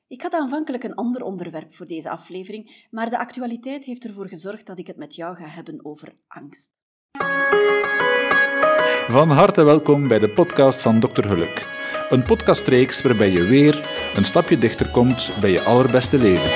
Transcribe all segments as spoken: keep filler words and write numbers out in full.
Ik had aanvankelijk een ander onderwerp voor deze aflevering, maar de actualiteit heeft ervoor gezorgd dat ik het met jou ga hebben over angst. Van harte welkom bij de podcast van dokter Geluk. Een podcastreeks waarbij je weer een stapje dichter komt bij je allerbeste leven.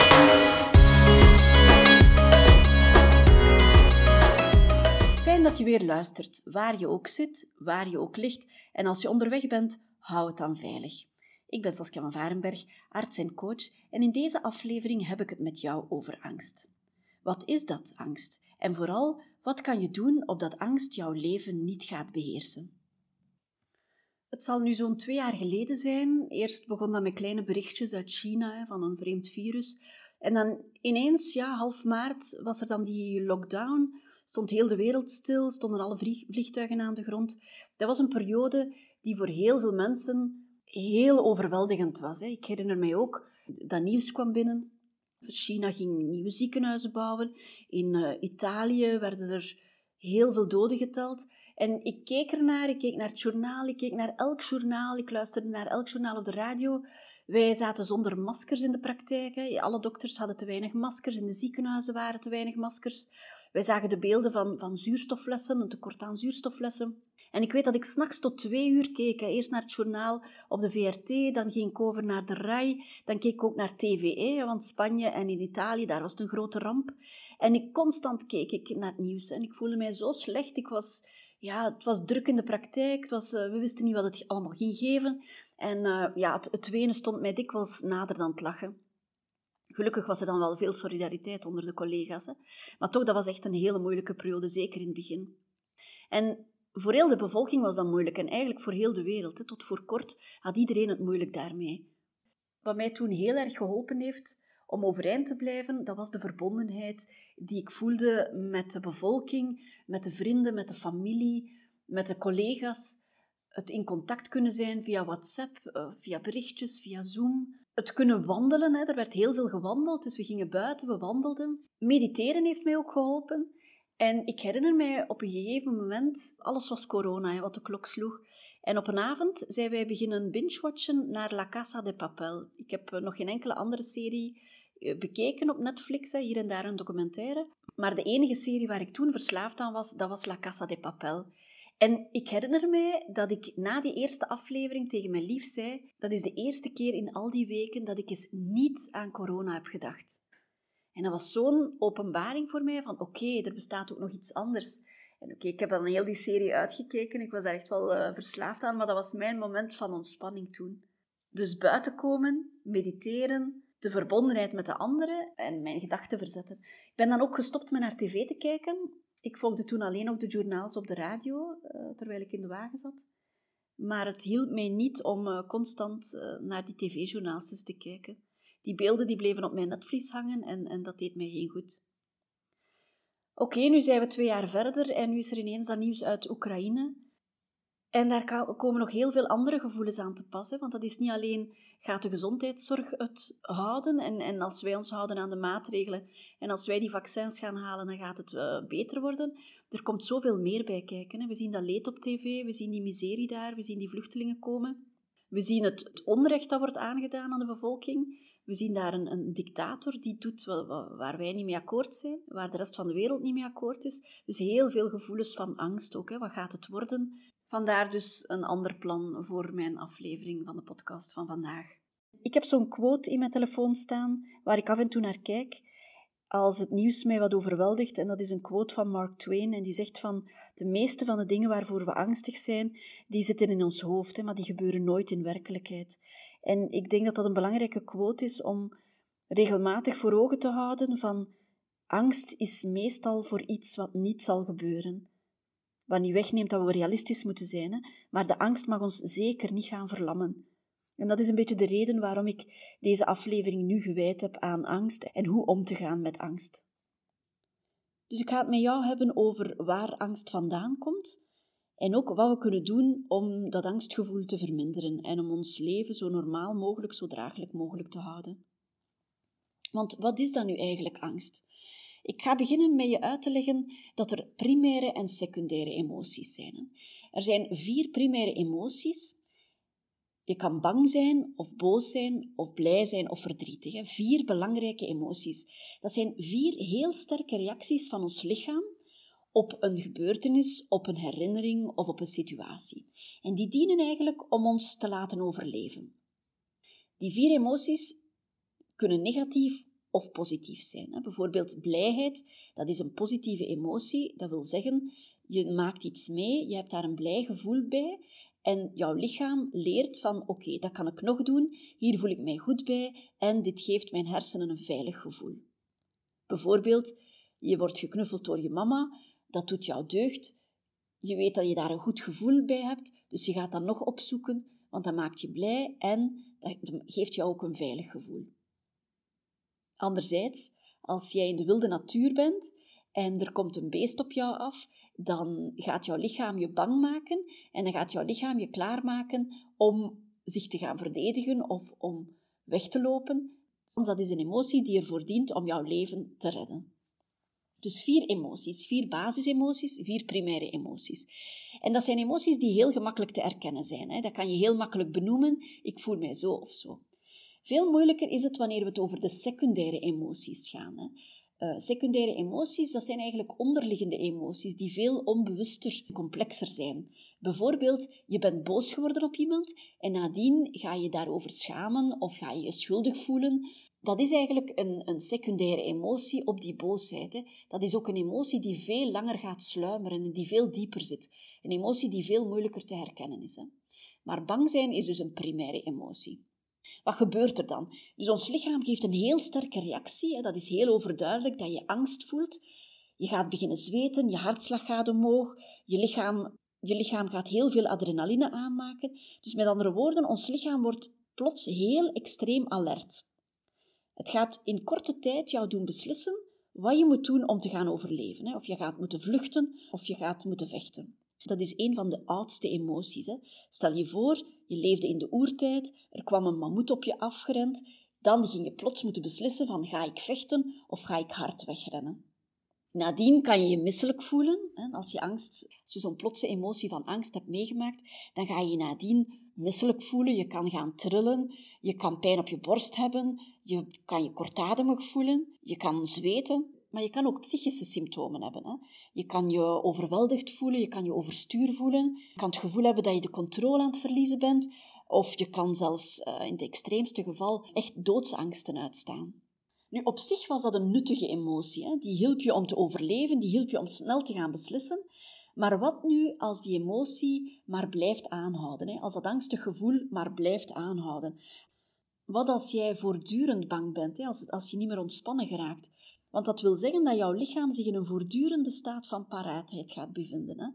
Fijn dat je weer luistert, waar je ook zit, waar je ook ligt. En als je onderweg bent, hou het dan veilig. Ik ben Saskia van Varenberg, arts en coach, en in deze aflevering heb ik het met jou over angst. Wat is dat, angst? En vooral, wat kan je doen opdat angst jouw leven niet gaat beheersen? Het zal nu zo'n twee jaar geleden zijn. Eerst begon dat met kleine berichtjes uit China, van een vreemd virus. En dan ineens, ja, half maart, was er dan die lockdown. Stond heel de wereld stil, stonden alle vliegtuigen aan de grond. Dat was een periode die voor heel veel mensen heel overweldigend was. Ik herinner mij ook, dat nieuws kwam binnen. China ging nieuwe ziekenhuizen bouwen. In uh, Italië werden er heel veel doden geteld. En ik keek ernaar, ik keek naar het journaal, ik keek naar elk journaal, ik luisterde naar elk journaal op de radio. Wij zaten zonder maskers in de praktijk. Hè. Alle dokters hadden te weinig maskers, in de ziekenhuizen waren te weinig maskers. Wij zagen de beelden van, van zuurstofflessen, een tekort aan zuurstofflessen. En ik weet dat ik 's nachts tot twee uur keek. Hè. Eerst naar het journaal op de V R T, dan ging ik over naar de R A I, dan keek ik ook naar T V E, want Spanje en in Italië, daar was het een grote ramp. En ik constant keek ik naar het nieuws en ik voelde mij zo slecht. Ik was, ja, het was druk in de praktijk, het was, uh, we wisten niet wat het allemaal ging geven. En uh, ja, het, het wenen stond mij dikwijls nader dan het lachen. Gelukkig was er dan wel veel solidariteit onder de collega's. Hè. Maar toch, dat was echt een hele moeilijke periode, zeker in het begin. En voor heel de bevolking was dat moeilijk en eigenlijk voor heel de wereld. Hè. Tot voor kort had iedereen het moeilijk daarmee. Wat mij toen heel erg geholpen heeft om overeind te blijven, dat was de verbondenheid die ik voelde met de bevolking, met de vrienden, met de familie, met de collega's. Het in contact kunnen zijn via WhatsApp, via berichtjes, via Zoom. Het kunnen wandelen, hè. Er werd heel veel gewandeld, dus we gingen buiten, we wandelden. Mediteren heeft mij ook geholpen. En ik herinner mij op een gegeven moment, alles was corona, hè, wat de klok sloeg. En op een avond zijn wij beginnen binge-watchen naar La Casa de Papel. Ik heb nog geen enkele andere serie bekeken op Netflix, hè, hier en daar een documentaire. Maar de enige serie waar ik toen verslaafd aan was, dat was La Casa de Papel. En ik herinner mij dat ik na die eerste aflevering tegen mijn lief zei, dat is de eerste keer in al die weken dat ik eens niet aan corona heb gedacht. En dat was zo'n openbaring voor mij van oké, okay, er bestaat ook nog iets anders. En oké, okay, ik heb dan heel die serie uitgekeken, ik was daar echt wel uh, verslaafd aan, maar dat was mijn moment van ontspanning toen. Dus buiten komen, mediteren, de verbondenheid met de anderen en mijn gedachten verzetten. Ik ben dan ook gestopt met naar tv te kijken. Ik volgde toen alleen nog de journaals op de radio, uh, terwijl ik in de wagen zat. Maar het hielp mij niet om uh, constant uh, naar die tv-journaals te kijken. Die beelden die bleven op mijn netvlies hangen en, en dat deed mij geen goed. Oké, okay, nu zijn we twee jaar verder en nu is er ineens dat nieuws uit Oekraïne. En daar komen nog heel veel andere gevoelens aan te pas. Hè, want dat is niet alleen, gaat de gezondheidszorg het houden? En, en als wij ons houden aan de maatregelen en als wij die vaccins gaan halen, dan gaat het uh, beter worden. Er komt zoveel meer bij kijken. Hè. We zien dat leed op tv, we zien die miserie daar, we zien die vluchtelingen komen. We zien het, het onrecht dat wordt aangedaan aan de bevolking. We zien daar een, een dictator die doet waar wij niet mee akkoord zijn, waar de rest van de wereld niet mee akkoord is. Dus heel veel gevoelens van angst ook. Hè. Wat gaat het worden? Vandaar dus een ander plan voor mijn aflevering van de podcast van vandaag. Ik heb zo'n quote in mijn telefoon staan, waar ik af en toe naar kijk, als het nieuws mij wat overweldigt. En dat is een quote van Mark Twain, en die zegt van, de meeste van de dingen waarvoor we angstig zijn, die zitten in ons hoofd, hè, maar die gebeuren nooit in werkelijkheid. En ik denk dat dat een belangrijke quote is om regelmatig voor ogen te houden van, angst is meestal voor iets wat niet zal gebeuren. Wat niet wegneemt dat we realistisch moeten zijn, hè? Maar de angst mag ons zeker niet gaan verlammen. En dat is een beetje de reden waarom ik deze aflevering nu gewijd heb aan angst en hoe om te gaan met angst. Dus ik ga het met jou hebben over waar angst vandaan komt en ook wat we kunnen doen om dat angstgevoel te verminderen en om ons leven zo normaal mogelijk, zo draaglijk mogelijk te houden. Want wat is dan nu eigenlijk angst? Ik ga beginnen met je uit te leggen dat er primaire en secundaire emoties zijn. Er zijn vier primaire emoties Je kan bang zijn, of boos zijn, of blij zijn, of verdrietig. Hè. Vier belangrijke emoties. Dat zijn vier heel sterke reacties van ons lichaam op een gebeurtenis, op een herinnering of op een situatie. En die dienen eigenlijk om ons te laten overleven. Die vier emoties kunnen negatief of positief zijn. Hè. Bijvoorbeeld blijheid, dat is een positieve emotie. Dat wil zeggen, je maakt iets mee, je hebt daar een blij gevoel bij en jouw lichaam leert van oké, okay, dat kan ik nog doen, hier voel ik mij goed bij en dit geeft mijn hersenen een veilig gevoel. Bijvoorbeeld, je wordt geknuffeld door je mama, dat doet jou deugd. Je weet dat je daar een goed gevoel bij hebt, dus je gaat dat nog opzoeken, want dat maakt je blij en dat geeft jou ook een veilig gevoel. Anderzijds, als jij in de wilde natuur bent en er komt een beest op jou af, dan gaat jouw lichaam je bang maken en dan gaat jouw lichaam je klaarmaken om zich te gaan verdedigen of om weg te lopen. Dat is een emotie die ervoor dient om jouw leven te redden. Dus vier emoties, vier basisemoties, vier primaire emoties. En dat zijn emoties die heel gemakkelijk te herkennen zijn. Hè. Dat kan je heel makkelijk benoemen, ik voel mij zo of zo. Veel moeilijker is het wanneer we het over de secundaire emoties gaan. Hè. Uh, secundaire emoties, dat zijn eigenlijk onderliggende emoties die veel onbewuster, complexer zijn. Bijvoorbeeld, je bent boos geworden op iemand en nadien ga je daarover schamen of ga je je schuldig voelen. Dat is eigenlijk een, een secundaire emotie op die boosheid. Hè. Dat is ook een emotie die veel langer gaat sluimeren en die veel dieper zit. Een emotie die veel moeilijker te herkennen is. Hè. Maar bang zijn is dus een primaire emotie. Wat gebeurt er dan? Dus ons lichaam geeft een heel sterke reactie. Hè. Dat is heel overduidelijk dat je angst voelt. Je gaat beginnen zweten, je hartslag gaat omhoog, je lichaam, je lichaam gaat heel veel adrenaline aanmaken. Dus met andere woorden, ons lichaam wordt plots heel extreem alert. Het gaat in korte tijd jou doen beslissen wat je moet doen om te gaan overleven. Hè. Of je gaat moeten vluchten, of je gaat moeten vechten. Dat is een van de oudste emoties. Hè. Stel je voor, je leefde in de oertijd, er kwam een mammoet op je afgerend, dan ging je plots moeten beslissen van ga ik vechten of ga ik hard wegrennen. Nadien kan je je misselijk voelen. Hè. Als je angst, als je zo'n plotse emotie van angst hebt meegemaakt, dan ga je je nadien misselijk voelen, je kan gaan trillen, je kan pijn op je borst hebben, je kan je kortademig voelen, je kan zweten. Maar je kan ook psychische symptomen hebben. Hè. Je kan je overweldigd voelen, je kan je overstuur voelen. Je kan het gevoel hebben dat je de controle aan het verliezen bent. Of je kan zelfs uh, in het extreemste geval echt doodsangsten uitstaan. Nu, op zich was dat een nuttige emotie. Hè. Die hielp je om te overleven, die hielp je om snel te gaan beslissen. Maar wat nu als die emotie maar blijft aanhouden? Hè? Als dat angstig gevoel maar blijft aanhouden? Wat als jij voortdurend bang bent? Hè? Als, als je niet meer ontspannen geraakt? Want dat wil zeggen dat jouw lichaam zich in een voortdurende staat van paraatheid gaat bevinden. Hè?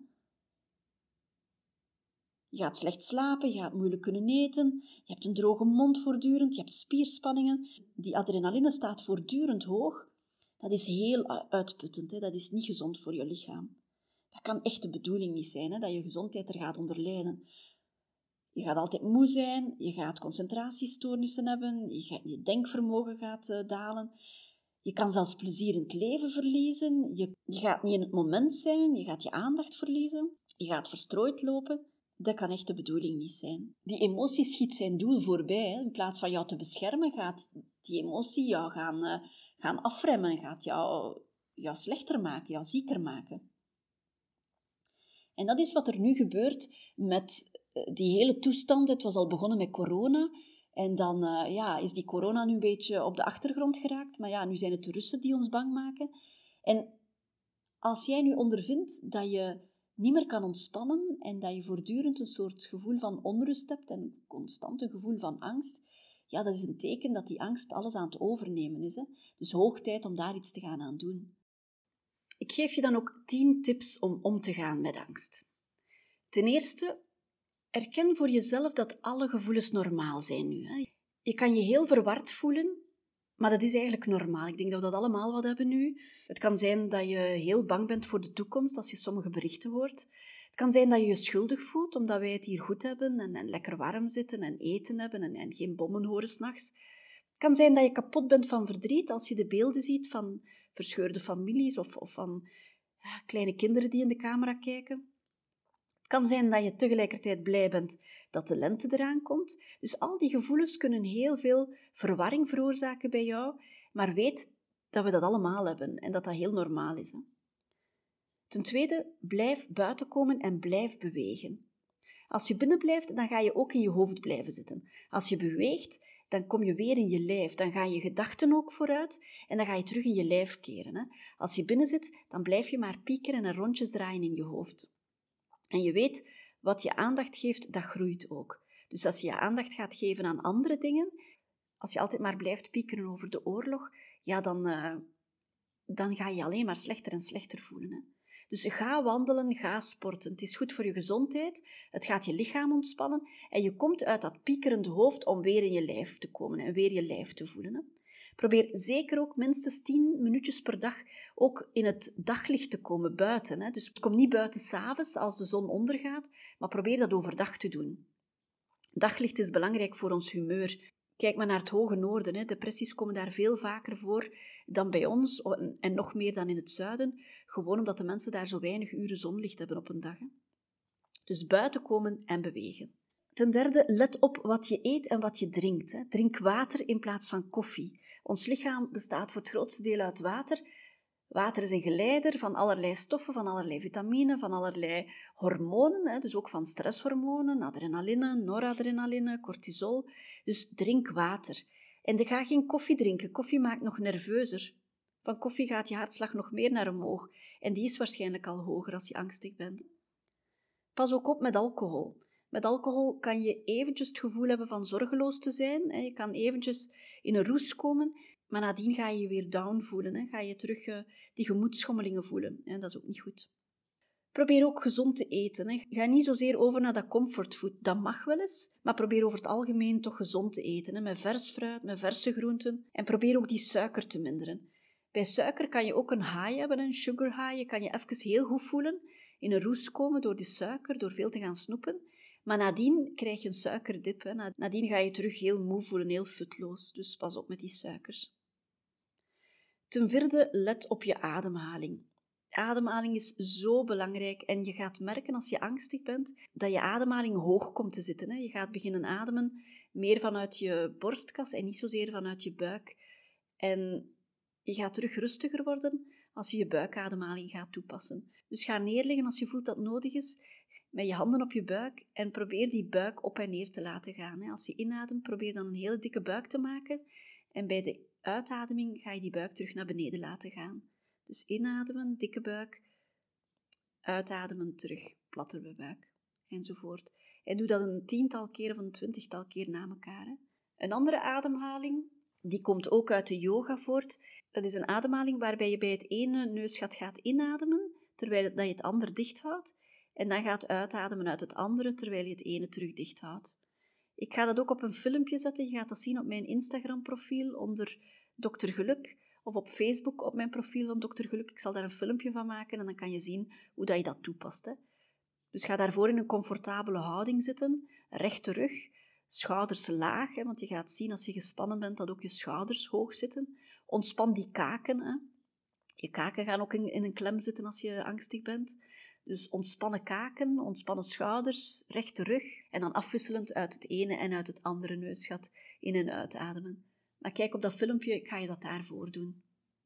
Je gaat slecht slapen, je gaat moeilijk kunnen eten, je hebt een droge mond voortdurend, je hebt spierspanningen. Die adrenaline staat voortdurend hoog. Dat is heel uitputtend, hè? Dat is niet gezond voor je lichaam. Dat kan echt de bedoeling niet zijn, hè? Dat je gezondheid er gaat onder lijden. Je gaat altijd moe zijn, je gaat concentratiestoornissen hebben, je, gaat, je denkvermogen gaat uh, dalen. Je kan zelfs plezier in het leven verliezen. Je, je gaat niet in het moment zijn, je gaat je aandacht verliezen. Je gaat verstrooid lopen. Dat kan echt de bedoeling niet zijn. Die emotie schiet zijn doel voorbij. Hè. In plaats van jou te beschermen, gaat die emotie jou gaan, uh, gaan afremmen. Gaat jou, jou slechter maken, jou zieker maken. En dat is wat er nu gebeurt met die hele toestand. Het was al begonnen met corona. En dan uh, ja, is die corona nu een beetje op de achtergrond geraakt. Maar ja, nu zijn het de Russen die ons bang maken. En als jij nu ondervindt dat je niet meer kan ontspannen en dat je voortdurend een soort gevoel van onrust hebt en een constant een gevoel van angst, ja, dat is een teken dat die angst alles aan het overnemen is. Hè? Dus hoog tijd om daar iets te gaan aan doen. Ik geef je dan ook tien tips om om te gaan met angst. Ten eerste, erken voor jezelf dat alle gevoelens normaal zijn nu. Hè. Je kan je heel verward voelen, maar dat is eigenlijk normaal. Ik denk dat we dat allemaal wat hebben nu. Het kan zijn dat je heel bang bent voor de toekomst als je sommige berichten hoort. Het kan zijn dat je je schuldig voelt omdat wij het hier goed hebben en, en lekker warm zitten en eten hebben en, en geen bommen horen 's nachts. Het kan zijn dat je kapot bent van verdriet als je de beelden ziet van verscheurde families of, of van ja, kleine kinderen die in de camera kijken. Het Het kan zijn dat je tegelijkertijd blij bent dat de lente eraan komt. Dus al die gevoelens kunnen heel veel verwarring veroorzaken bij jou, maar weet dat we dat allemaal hebben en dat dat heel normaal is. Hè? Ten tweede, blijf buiten komen en blijf bewegen. Als je binnen blijft, dan ga je ook in je hoofd blijven zitten. Als je beweegt, dan kom je weer in je lijf. Dan gaan je gedachten ook vooruit en dan ga je terug in je lijf keren. Hè? Als je binnen zit, dan blijf je maar piekeren en rondjes draaien in je hoofd. En je weet, wat je aandacht geeft, dat groeit ook. Dus als je je aandacht gaat geven aan andere dingen, als je altijd maar blijft piekeren over de oorlog, ja, dan, uh, dan ga je je alleen maar slechter en slechter voelen. Hè? Dus ga wandelen, ga sporten. Het is goed voor je gezondheid, het gaat je lichaam ontspannen en je komt uit dat piekerende hoofd om weer in je lijf te komen en weer je lijf te voelen. Hè? Probeer zeker ook minstens tien minuutjes per dag ook in het daglicht te komen buiten. Hè? Dus kom niet buiten 's avonds als de zon ondergaat, maar probeer dat overdag te doen. Daglicht is belangrijk voor ons humeur. Kijk maar naar het hoge noorden. Hè. Depressies komen daar veel vaker voor dan bij ons en nog meer dan in het zuiden. Gewoon omdat de mensen daar zo weinig uren zonlicht hebben op een dag. Hè. Dus buiten komen en bewegen. Ten derde, let op wat je eet en wat je drinkt. Hè. Drink water in plaats van koffie. Ons lichaam bestaat voor het grootste deel uit water. Water is een geleider van allerlei stoffen, van allerlei vitamine, van allerlei hormonen, hè, dus ook van stresshormonen, adrenaline, noradrenaline, cortisol. Dus drink water. En ga geen koffie drinken. Koffie maakt nog nerveuzer. Van koffie gaat je hartslag nog meer naar omhoog. En die is waarschijnlijk al hoger als je angstig bent. Pas ook op met alcohol. Met alcohol kan je eventjes het gevoel hebben van zorgeloos te zijn. Hè. Je kan eventjes in een roes komen. Maar nadien ga je je weer down voelen. Hè. Ga je terug uh, die gemoedsschommelingen voelen. Hè. Dat is ook niet goed. Probeer ook gezond te eten. Hè. Ga niet zozeer over naar dat comfortfood. Dat mag wel eens. Maar probeer over het algemeen toch gezond te eten. Hè. Met vers fruit, met verse groenten. En probeer ook die suiker te minderen. Bij suiker kan je ook een high hebben, een sugar high. Je kan je even heel goed voelen. In een roes komen door die suiker, door veel te gaan snoepen. Maar nadien krijg je een suikerdip. Hè. Nadien ga je terug heel moe voelen, heel futloos. Dus pas op met die suikers. Ten vierde, let op je ademhaling. Ademhaling is zo belangrijk en je gaat merken als je angstig bent dat je ademhaling hoog komt te zitten. Hè. Je gaat beginnen ademen meer vanuit je borstkas en niet zozeer vanuit je buik. En je gaat terug rustiger worden als je je buikademhaling gaat toepassen. Dus ga neerliggen als je voelt dat nodig is, met je handen op je buik en probeer die buik op en neer te laten gaan. Hè. Als je inademt, probeer dan een hele dikke buik te maken en bij de uitademing ga je die buik terug naar beneden laten gaan. Dus inademen, dikke buik, uitademen, terug, plattere buik, enzovoort. En doe dat een tiental keer of een twintigtal keer na elkaar. Hè. Een andere ademhaling, die komt ook uit de yoga voort. Dat is een ademhaling waarbij je bij het ene neusgat gaat inademen, terwijl je het andere dicht houdt. En dan gaat uitademen uit het andere, terwijl je het ene terug dicht houdt. Ik ga dat ook op een filmpje zetten. Je gaat dat zien op mijn Instagram-profiel onder dokter Geluk. Of op Facebook op mijn profiel van dokter Geluk. Ik zal daar een filmpje van maken en dan kan je zien hoe dat je dat toepast. Hè. Dus ga daarvoor in een comfortabele houding zitten. Rechte rug, schouders laag. Hè, want je gaat zien als je gespannen bent dat ook je schouders hoog zitten. Ontspan die kaken. Hè. Je kaken gaan ook in, in een klem zitten als je angstig bent. Dus ontspannen kaken, ontspannen schouders, rechte rug en dan afwisselend uit het ene en uit het andere neusgat in- en uitademen. Maar kijk op dat filmpje, ik ga je dat daarvoor doen.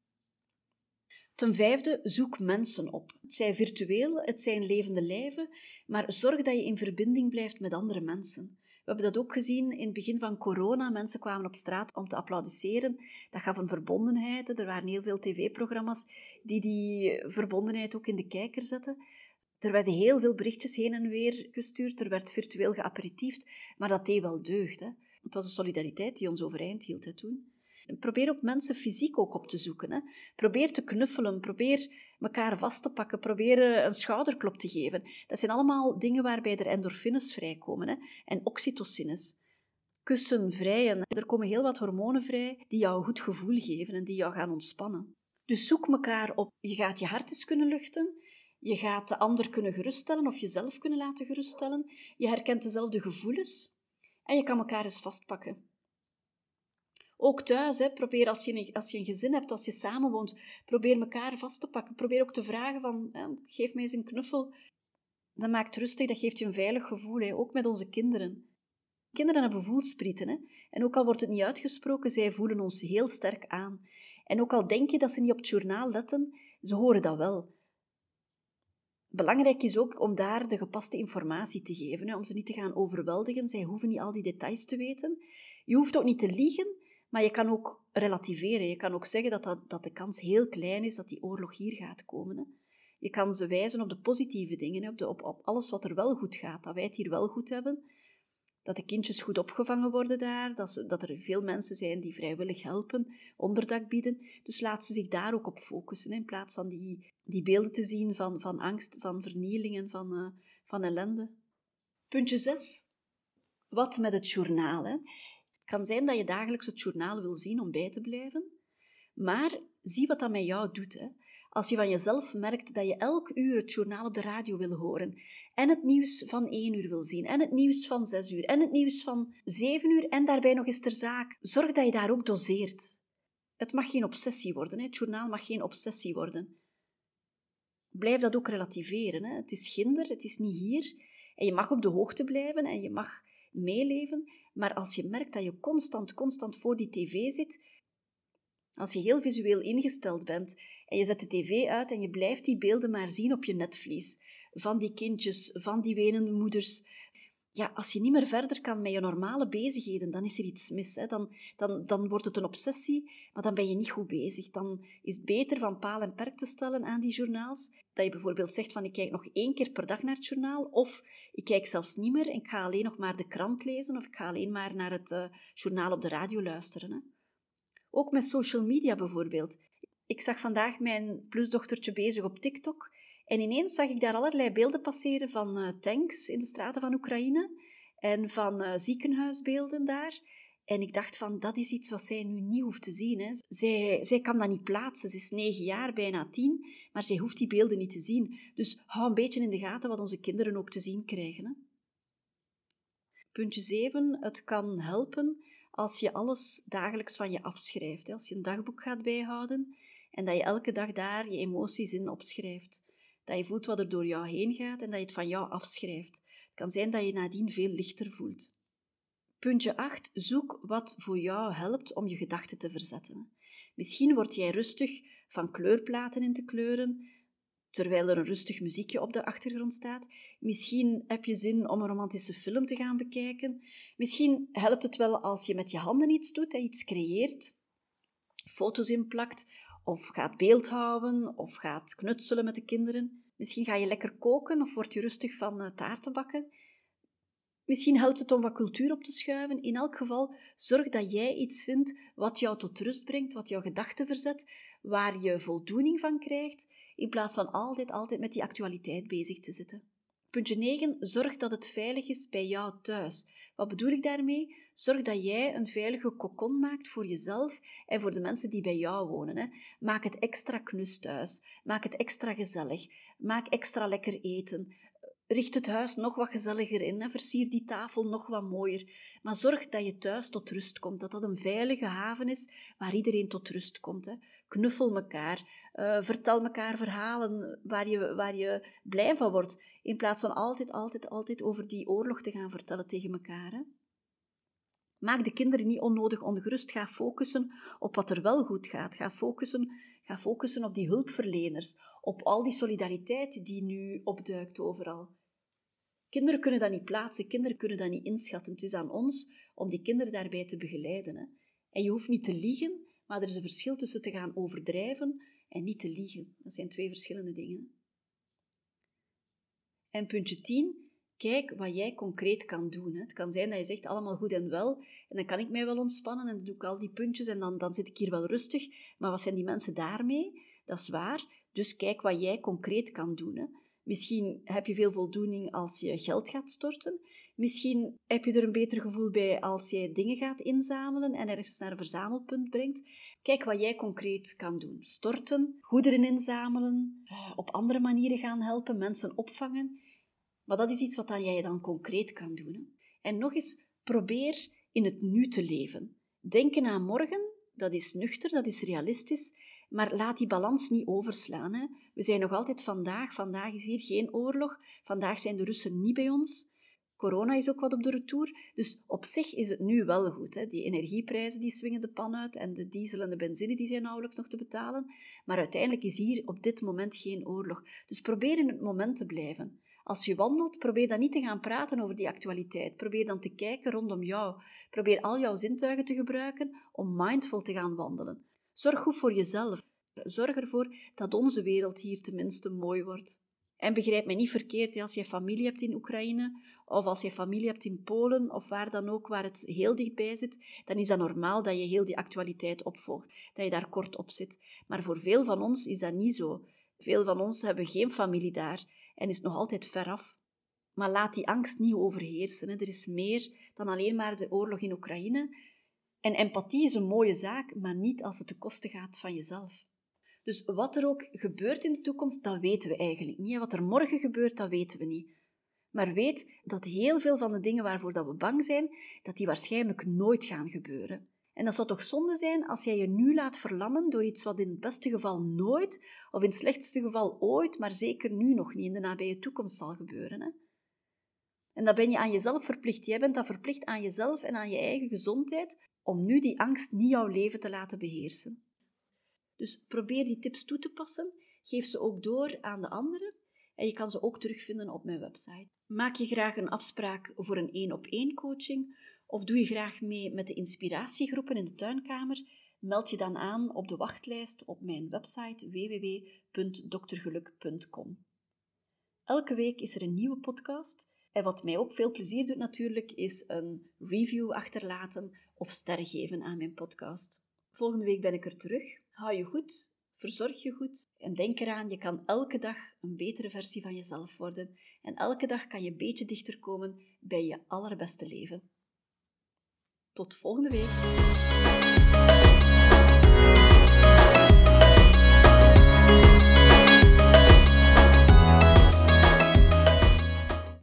Ten vijfde, zoek mensen op. Het zijn virtueel, het zijn levende lijven, maar zorg dat je in verbinding blijft met andere mensen. We hebben dat ook gezien in het begin van corona. Mensen kwamen op straat om te applaudisseren. Dat gaf een verbondenheid. Er waren heel veel tv-programma's die die verbondenheid ook in de kijker zetten. Er werden heel veel berichtjes heen en weer gestuurd. Er werd virtueel geaperitiefd, maar dat deed wel deugd. Hè. Het was de solidariteit die ons overeind hield hè, toen. En probeer ook mensen fysiek ook op te zoeken. Hè. Probeer te knuffelen, probeer elkaar vast te pakken, probeer een schouderklop te geven. Dat zijn allemaal dingen waarbij er endorfines vrijkomen hè, en oxytocines. Kussen, vrijen, er komen heel wat hormonen vrij die jou een goed gevoel geven en die jou gaan ontspannen. Dus zoek elkaar op. Je gaat je hart eens kunnen luchten. Je gaat de ander kunnen geruststellen of jezelf kunnen laten geruststellen. Je herkent dezelfde gevoelens en je kan elkaar eens vastpakken. Ook thuis, hè, probeer als je, een, als je een gezin hebt, als je samenwoont, probeer elkaar vast te pakken. Probeer ook te vragen van, hè, geef mij eens een knuffel. Dat maakt rustig, dat geeft je een veilig gevoel, hè? Ook met onze kinderen. Kinderen hebben voelsprieten, hè? En ook al wordt het niet uitgesproken, zij voelen ons heel sterk aan. En ook al denk je dat ze niet op het journaal letten, ze horen dat wel. Belangrijk is ook om daar de gepaste informatie te geven, hè? Om ze niet te gaan overweldigen. Zij hoeven niet al die details te weten. Je hoeft ook niet te liegen, maar je kan ook relativeren. Je kan ook zeggen dat, dat, dat de kans heel klein is dat die oorlog hier gaat komen, hè? Je kan ze wijzen op de positieve dingen, op, de, op, op alles wat er wel goed gaat, dat wij het hier wel goed hebben, dat de kindjes goed opgevangen worden daar, dat, ze, dat er veel mensen zijn die vrijwillig helpen, onderdak bieden. Dus laat ze zich daar ook op focussen, in plaats van die, die beelden te zien van, van angst, van vernieling en van, uh, van ellende. Puntje zes. Wat met het journaal? Hè? Het kan zijn dat je dagelijks het journaal wil zien om bij te blijven, maar zie wat dat met jou doet, hè. Als je van jezelf merkt dat je elk uur het journaal op de radio wil horen en het nieuws van één uur wil zien en het nieuws van zes uur en het nieuws van zeven uur en daarbij nog eens ter zaak, zorg dat je daar ook doseert. Het mag geen obsessie worden, hè. Het journaal mag geen obsessie worden. Blijf dat ook relativeren, hè. Het is ginder, het is niet hier en je mag op de hoogte blijven en je mag meeleven, maar als je merkt dat je constant, constant voor die tv zit, als je heel visueel ingesteld bent en je zet de tv uit en je blijft die beelden maar zien op je netvlies, van die kindjes, van die wenende moeders. Ja, als je niet meer verder kan met je normale bezigheden, dan is er iets mis. Hè? Dan, dan, dan wordt het een obsessie, maar dan ben je niet goed bezig. Dan is het beter van paal en perk te stellen aan die journaals. Dat je bijvoorbeeld zegt van ik kijk nog één keer per dag naar het journaal, of ik kijk zelfs niet meer en ik ga alleen nog maar de krant lezen, of ik ga alleen maar naar het uh, journaal op de radio luisteren. Hè? Ook met social media bijvoorbeeld. Ik zag vandaag mijn plusdochtertje bezig op TikTok en ineens zag ik daar allerlei beelden passeren van uh, tanks in de straten van Oekraïne en van uh, ziekenhuisbeelden daar. En ik dacht van, dat is iets wat zij nu niet hoeft te zien, hè. Zij, zij kan dat niet plaatsen. Ze is negen jaar, bijna tien, maar zij hoeft die beelden niet te zien. Dus hou een beetje in de gaten wat onze kinderen ook te zien krijgen, hè. Puntje zeven. Het kan helpen als je alles dagelijks van je afschrijft. Als je een dagboek gaat bijhouden en dat je elke dag daar je emoties in opschrijft. Dat je voelt wat er door jou heen gaat en dat je het van jou afschrijft. Het kan zijn dat je nadien veel lichter voelt. Puntje acht. Zoek wat voor jou helpt om je gedachten te verzetten. Misschien word jij rustig van kleurplaten in te kleuren, terwijl er een rustig muziekje op de achtergrond staat. Misschien heb je zin om een romantische film te gaan bekijken. Misschien helpt het wel als je met je handen iets doet, iets creëert, foto's inplakt, of gaat beeldhouden, of gaat knutselen met de kinderen. Misschien ga je lekker koken, of word je rustig van taarten bakken. Misschien helpt het om wat cultuur op te schuiven. In elk geval, zorg dat jij iets vindt wat jou tot rust brengt, wat jouw gedachten verzet, waar je voldoening van krijgt, in plaats van altijd, altijd met die actualiteit bezig te zitten. Puntje negen. Zorg dat het veilig is bij jou thuis. Wat bedoel ik daarmee? Zorg dat jij een veilige kokon maakt voor jezelf en voor de mensen die bij jou wonen. Hè. Maak het extra knus thuis. Maak het extra gezellig. Maak extra lekker eten. Richt het huis nog wat gezelliger in. Hè. Versier die tafel nog wat mooier. Maar zorg dat je thuis tot rust komt. Dat dat een veilige haven is waar iedereen tot rust komt. Hè. Knuffel elkaar. Uh, vertel elkaar verhalen waar je, waar je blij van wordt. In plaats van altijd, altijd, altijd over die oorlog te gaan vertellen tegen elkaar. Hè. Maak de kinderen niet onnodig ongerust. Ga focussen op wat er wel goed gaat. Ga focussen, ga focussen op die hulpverleners. Op al die solidariteit die nu opduikt overal. Kinderen kunnen dat niet plaatsen. Kinderen kunnen dat niet inschatten. Het is aan ons om die kinderen daarbij te begeleiden. Hè. En je hoeft niet te liegen, maar er is een verschil tussen te gaan overdrijven en niet te liegen. Dat zijn twee verschillende dingen. En puntje tien. Kijk wat jij concreet kan doen. Het kan zijn dat je zegt, allemaal goed en wel, en dan kan ik mij wel ontspannen en dan doe ik al die puntjes en dan, dan zit ik hier wel rustig. Maar wat zijn die mensen daarmee? Dat is waar. Dus kijk wat jij concreet kan doen. Hè. Misschien heb je veel voldoening als je geld gaat storten. Misschien heb je er een beter gevoel bij als jij dingen gaat inzamelen en ergens naar een verzamelpunt brengt. Kijk wat jij concreet kan doen. Storten, goederen inzamelen, op andere manieren gaan helpen, mensen opvangen. Maar dat is iets wat jij dan concreet kan doen. Hè. En nog eens, probeer in het nu te leven. Denken aan morgen, dat is nuchter, dat is realistisch. Maar laat die balans niet overslaan. Hè. We zijn nog altijd vandaag. Vandaag is hier geen oorlog. Vandaag zijn de Russen niet bij ons. Corona is ook wat op de retour. Dus op zich is het nu wel goed. Hè. Die energieprijzen die swingen de pan uit en de diesel en de benzine die zijn nauwelijks nog te betalen. Maar uiteindelijk is hier op dit moment geen oorlog. Dus probeer in het moment te blijven. Als je wandelt, probeer dan niet te gaan praten over die actualiteit. Probeer dan te kijken rondom jou. Probeer al jouw zintuigen te gebruiken om mindful te gaan wandelen. Zorg goed voor jezelf. Zorg ervoor dat onze wereld hier tenminste mooi wordt. En begrijp mij niet verkeerd, als je familie hebt in Oekraïne, of als je familie hebt in Polen, of waar dan ook, waar het heel dichtbij zit, dan is dat normaal dat je heel die actualiteit opvolgt, dat je daar kort op zit. Maar voor veel van ons is dat niet zo. Veel van ons hebben geen familie daar en is nog altijd veraf. Maar laat die angst niet overheersen. Hè. Er is meer dan alleen maar de oorlog in Oekraïne. En empathie is een mooie zaak, maar niet als het ten koste gaat van jezelf. Dus wat er ook gebeurt in de toekomst, dat weten we eigenlijk niet. Wat er morgen gebeurt, dat weten we niet. Maar weet dat heel veel van de dingen waarvoor dat we bang zijn, dat die waarschijnlijk nooit gaan gebeuren. En dat zou toch zonde zijn als jij je nu laat verlammen door iets wat in het beste geval nooit, of in het slechtste geval ooit, maar zeker nu nog niet in de nabije toekomst zal gebeuren. Hè? En dat ben je aan jezelf verplicht. Jij bent dat verplicht aan jezelf en aan je eigen gezondheid, om nu die angst niet jouw leven te laten beheersen. Dus probeer die tips toe te passen, geef ze ook door aan de anderen en je kan ze ook terugvinden op mijn website. Maak je graag een afspraak voor een één-op-één coaching of doe je graag mee met de inspiratiegroepen in de tuinkamer, meld je dan aan op de wachtlijst op mijn website w w w punt doktergeluk punt com. Elke week is er een nieuwe podcast en wat mij ook veel plezier doet natuurlijk is een review achterlaten of sterren geven aan mijn podcast. Volgende week ben ik er terug. Hou je goed, verzorg je goed en denk eraan, je kan elke dag een betere versie van jezelf worden en elke dag kan je een beetje dichter komen bij je allerbeste leven. Tot volgende week!